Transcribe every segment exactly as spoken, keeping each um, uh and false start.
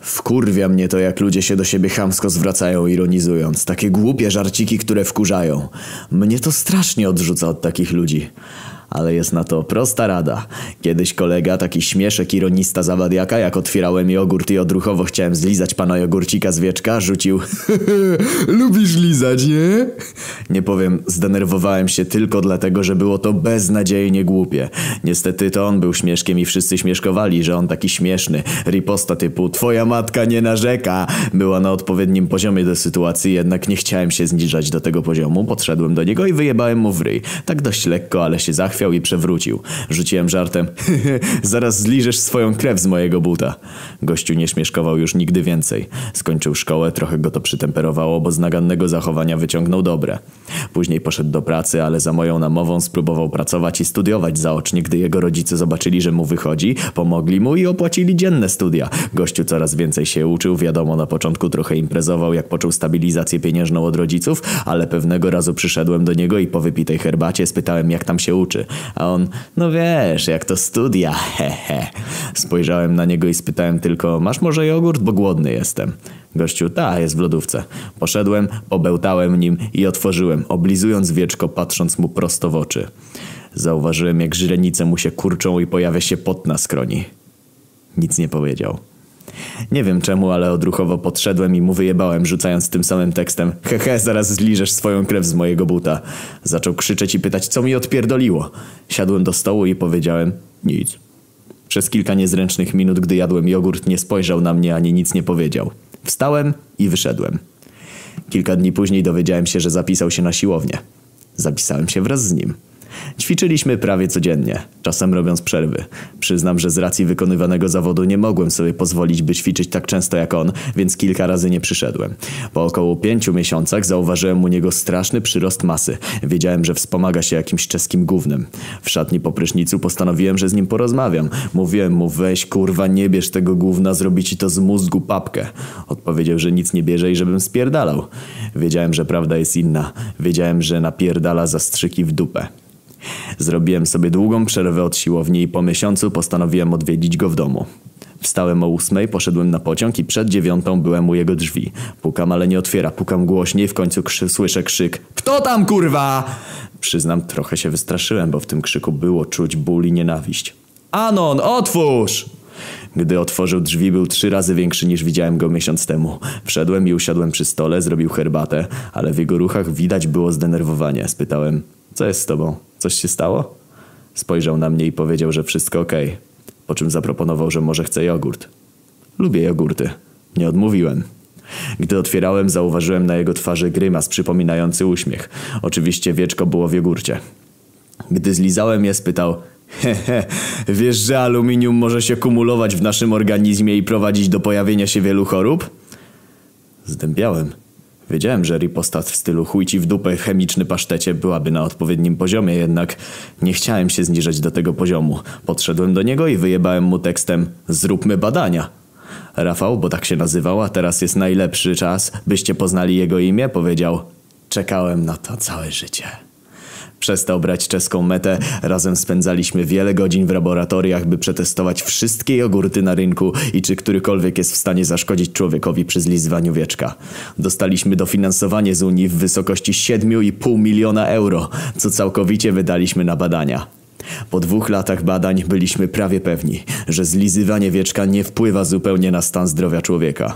Wkurwia mnie to, jak ludzie się do siebie chamsko zwracają, ironizując. Takie głupie żarciki, które wkurzają. Mnie to strasznie odrzuca od takich ludzi. Ale jest na to prosta rada. Kiedyś kolega, taki śmieszek ironista zawadiaka, jak otwierałem jogurt i odruchowo chciałem zlizać pana jogurcika z wieczka, rzucił: lubisz lizać, nie? Nie powiem, zdenerwowałem się tylko dlatego, że było to beznadziejnie głupie. Niestety to on był śmieszkiem i wszyscy śmieszkowali, że on taki śmieszny. Riposta typu twoja matka nie narzeka była na odpowiednim poziomie do sytuacji, jednak nie chciałem się zniżać do tego poziomu. Podszedłem do niego i wyjebałem mu w ryj. Tak dość lekko, ale się zachwiał i przewrócił. Rzuciłem żartem: zaraz zliżesz swoją krew z mojego buta. Gościu nie śmieszkował już nigdy więcej. Skończył szkołę, trochę go to przytemperowało, bo z nagannego zachowania wyciągnął dobre. Później poszedł do pracy, ale za moją namową spróbował pracować i studiować zaocznie. Gdy jego rodzice zobaczyli, że mu wychodzi, pomogli mu i opłacili dzienne studia. Gościu coraz więcej się uczył, wiadomo, na początku trochę imprezował, jak poczuł stabilizację pieniężną od rodziców, ale pewnego razu przyszedłem do niego i po wypitej herbacie spytałem, jak tam się uczy. A on: no wiesz, jak to studia, hehe. Spojrzałem na niego i spytałem tylko: masz może jogurt, bo głodny jestem. Gościu: ta, jest w lodówce. Poszedłem, pobełtałem nim i otworzyłem, oblizując wieczko, patrząc mu prosto w oczy. Zauważyłem, jak źrenice mu się kurczą i pojawia się pot na skroni. Nic nie powiedział. Nie wiem czemu, ale odruchowo podszedłem i mu wyjebałem, rzucając tym samym tekstem: hehe, zaraz zliżesz swoją krew z mojego buta. Zaczął krzyczeć i pytać, co mi odpierdoliło. Siadłem do stołu i powiedziałem: nic. Przez kilka niezręcznych minut, gdy jadłem jogurt, nie spojrzał na mnie ani nic nie powiedział. Wstałem i wyszedłem. Kilka dni później dowiedziałem się, że zapisał się na siłownię. Zapisałem się wraz z nim. Ćwiczyliśmy prawie codziennie, czasem robiąc przerwy. Przyznam, że z racji wykonywanego zawodu nie mogłem sobie pozwolić, by ćwiczyć tak często jak on, więc kilka razy nie przyszedłem. Po około pięciu miesiącach zauważyłem u niego straszny przyrost masy. Wiedziałem, że wspomaga się jakimś czeskim gównem. W szatni po prysznicu postanowiłem, że z nim porozmawiam. Mówiłem mu: weź kurwa, nie bierz tego gówna, zrobi ci to z mózgu papkę. Odpowiedział, że nic nie bierze i żebym spierdalał. Wiedziałem, że prawda jest inna. Wiedziałem, że napierdala zastrzyki w dupę. Zrobiłem sobie długą przerwę od siłowni i po miesiącu postanowiłem odwiedzić go w domu. Wstałem o ósmej, poszedłem na pociąg i przed dziewiątą byłem u jego drzwi. Pukam, ale nie otwiera. Pukam głośniej, w końcu krzy- słyszę krzyk: kto tam, kurwa? Przyznam, trochę się wystraszyłem, bo w tym krzyku było czuć ból i nienawiść. Anon, otwórz! Gdy otworzył drzwi, był trzy razy większy niż widziałem go miesiąc temu. Wszedłem i usiadłem przy stole, zrobił herbatę, ale w jego ruchach widać było zdenerwowanie. Spytałem: co jest z tobą? Coś się stało? Spojrzał na mnie i powiedział, że wszystko okej. Okay. Po czym zaproponował, że może chce jogurt. Lubię jogurty. Nie odmówiłem. Gdy otwierałem, zauważyłem na jego twarzy grymas przypominający uśmiech. Oczywiście wieczko było w jogurcie. Gdy zlizałem je, spytał: hehe, wiesz, że aluminium może się kumulować w naszym organizmie i prowadzić do pojawienia się wielu chorób? Zdębiałem. Wiedziałem, że ripostat w stylu chuj ci w dupę chemiczny pasztecie byłaby na odpowiednim poziomie, jednak nie chciałem się zniżać do tego poziomu. Podszedłem do niego i wyjebałem mu tekstem: zróbmy badania. Rafał, bo tak się nazywał, a teraz jest najlepszy czas, byście poznali jego imię, powiedział: czekałem na to całe życie. Przestał brać czeską metę, razem spędzaliśmy wiele godzin w laboratoriach, by przetestować wszystkie jogurty na rynku i czy którykolwiek jest w stanie zaszkodzić człowiekowi przy zlizywaniu wieczka. Dostaliśmy dofinansowanie z Unii w wysokości siedmiu i pół miliona euro, co całkowicie wydaliśmy na badania. Po dwóch latach badań byliśmy prawie pewni, że zlizywanie wieczka nie wpływa zupełnie na stan zdrowia człowieka.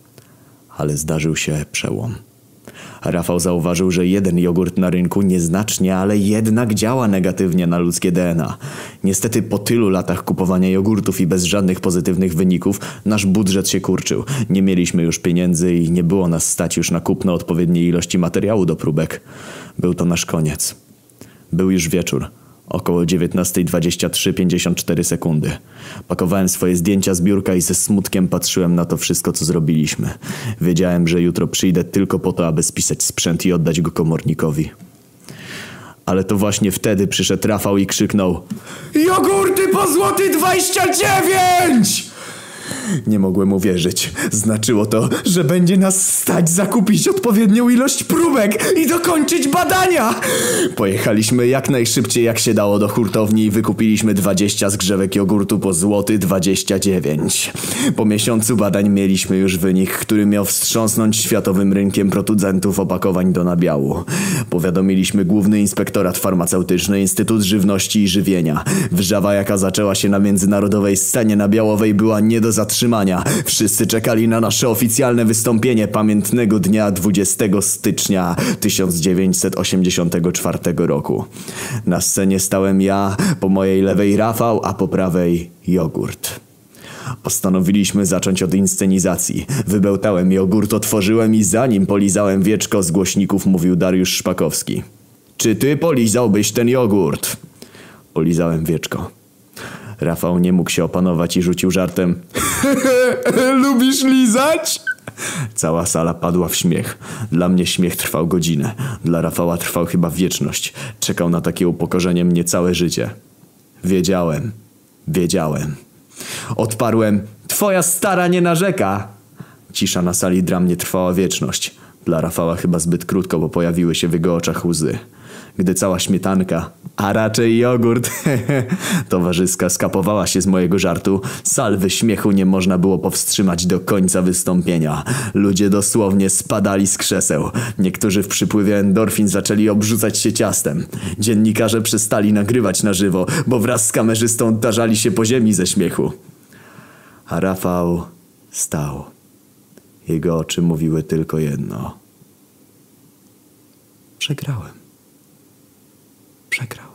Ale zdarzył się przełom. Rafał zauważył, że jeden jogurt na rynku nieznacznie, ale jednak działa negatywnie na ludzkie D N A. Niestety po tylu latach kupowania jogurtów i bez żadnych pozytywnych wyników nasz budżet się kurczył. Nie mieliśmy już pieniędzy i nie było nas stać już na kupno odpowiedniej ilości materiału do próbek. Był to nasz koniec. Był już wieczór. Około dziewiętnasta dwadzieścia trzy pięćdziesiąt cztery sekundy. Pakowałem swoje zdjęcia z biurka i ze smutkiem patrzyłem na to wszystko, co zrobiliśmy. Wiedziałem, że jutro przyjdę tylko po to, aby spisać sprzęt i oddać go komornikowi. Ale to właśnie wtedy przyszedł Rafał i krzyknął: jogurty po złoty dwadzieścia dziewięć! Nie mogłem uwierzyć. Znaczyło to, że będzie nas stać zakupić odpowiednią ilość próbek i dokończyć badania. Pojechaliśmy jak najszybciej jak się dało do hurtowni i wykupiliśmy dwadzieścia zgrzewek jogurtu po złoty dwadzieścia dziewięć. Po miesiącu badań mieliśmy już wynik, który miał wstrząsnąć światowym rynkiem producentów opakowań do nabiału. Powiadomiliśmy Główny Inspektorat Farmaceutyczny, Instytut Żywności i Żywienia. Wrzawa, jaka zaczęła się na międzynarodowej scenie nabiałowej, była nie do zatrzymania. Wszyscy czekali na nasze oficjalne wystąpienie pamiętnego dnia dwudziestego stycznia tysiąc dziewięćset osiemdziesiątego czwartego roku. Na scenie stałem ja, po mojej lewej Rafał, a po prawej jogurt. Postanowiliśmy zacząć od inscenizacji. Wybełtałem jogurt, otworzyłem i zanim polizałem wieczko, z głośników mówił Dariusz Szpakowski. Czy ty polizałbyś ten jogurt? Polizałem wieczko. Rafał nie mógł się opanować i rzucił żartem. Lubisz lizać? Cała sala padła w śmiech. Dla mnie śmiech trwał godzinę. Dla Rafała trwał chyba wieczność. Czekał na takie upokorzenie mnie całe życie. Wiedziałem. Wiedziałem. Odparłem. Twoja stara nie narzeka. Cisza na sali dla mnie trwała wieczność. Dla Rafała chyba zbyt krótko, bo pojawiły się w jego oczach łzy. Gdy cała śmietanka, a raczej jogurt, towarzyska skapowała się z mojego żartu, salwy śmiechu nie można było powstrzymać do końca wystąpienia. Ludzie dosłownie spadali z krzeseł. Niektórzy w przypływie endorfin zaczęli obrzucać się ciastem. Dziennikarze przestali nagrywać na żywo, bo wraz z kamerzystą tarzali się po ziemi ze śmiechu. A Rafał stał. Jego oczy mówiły tylko jedno. Przegrałem. Przegrał.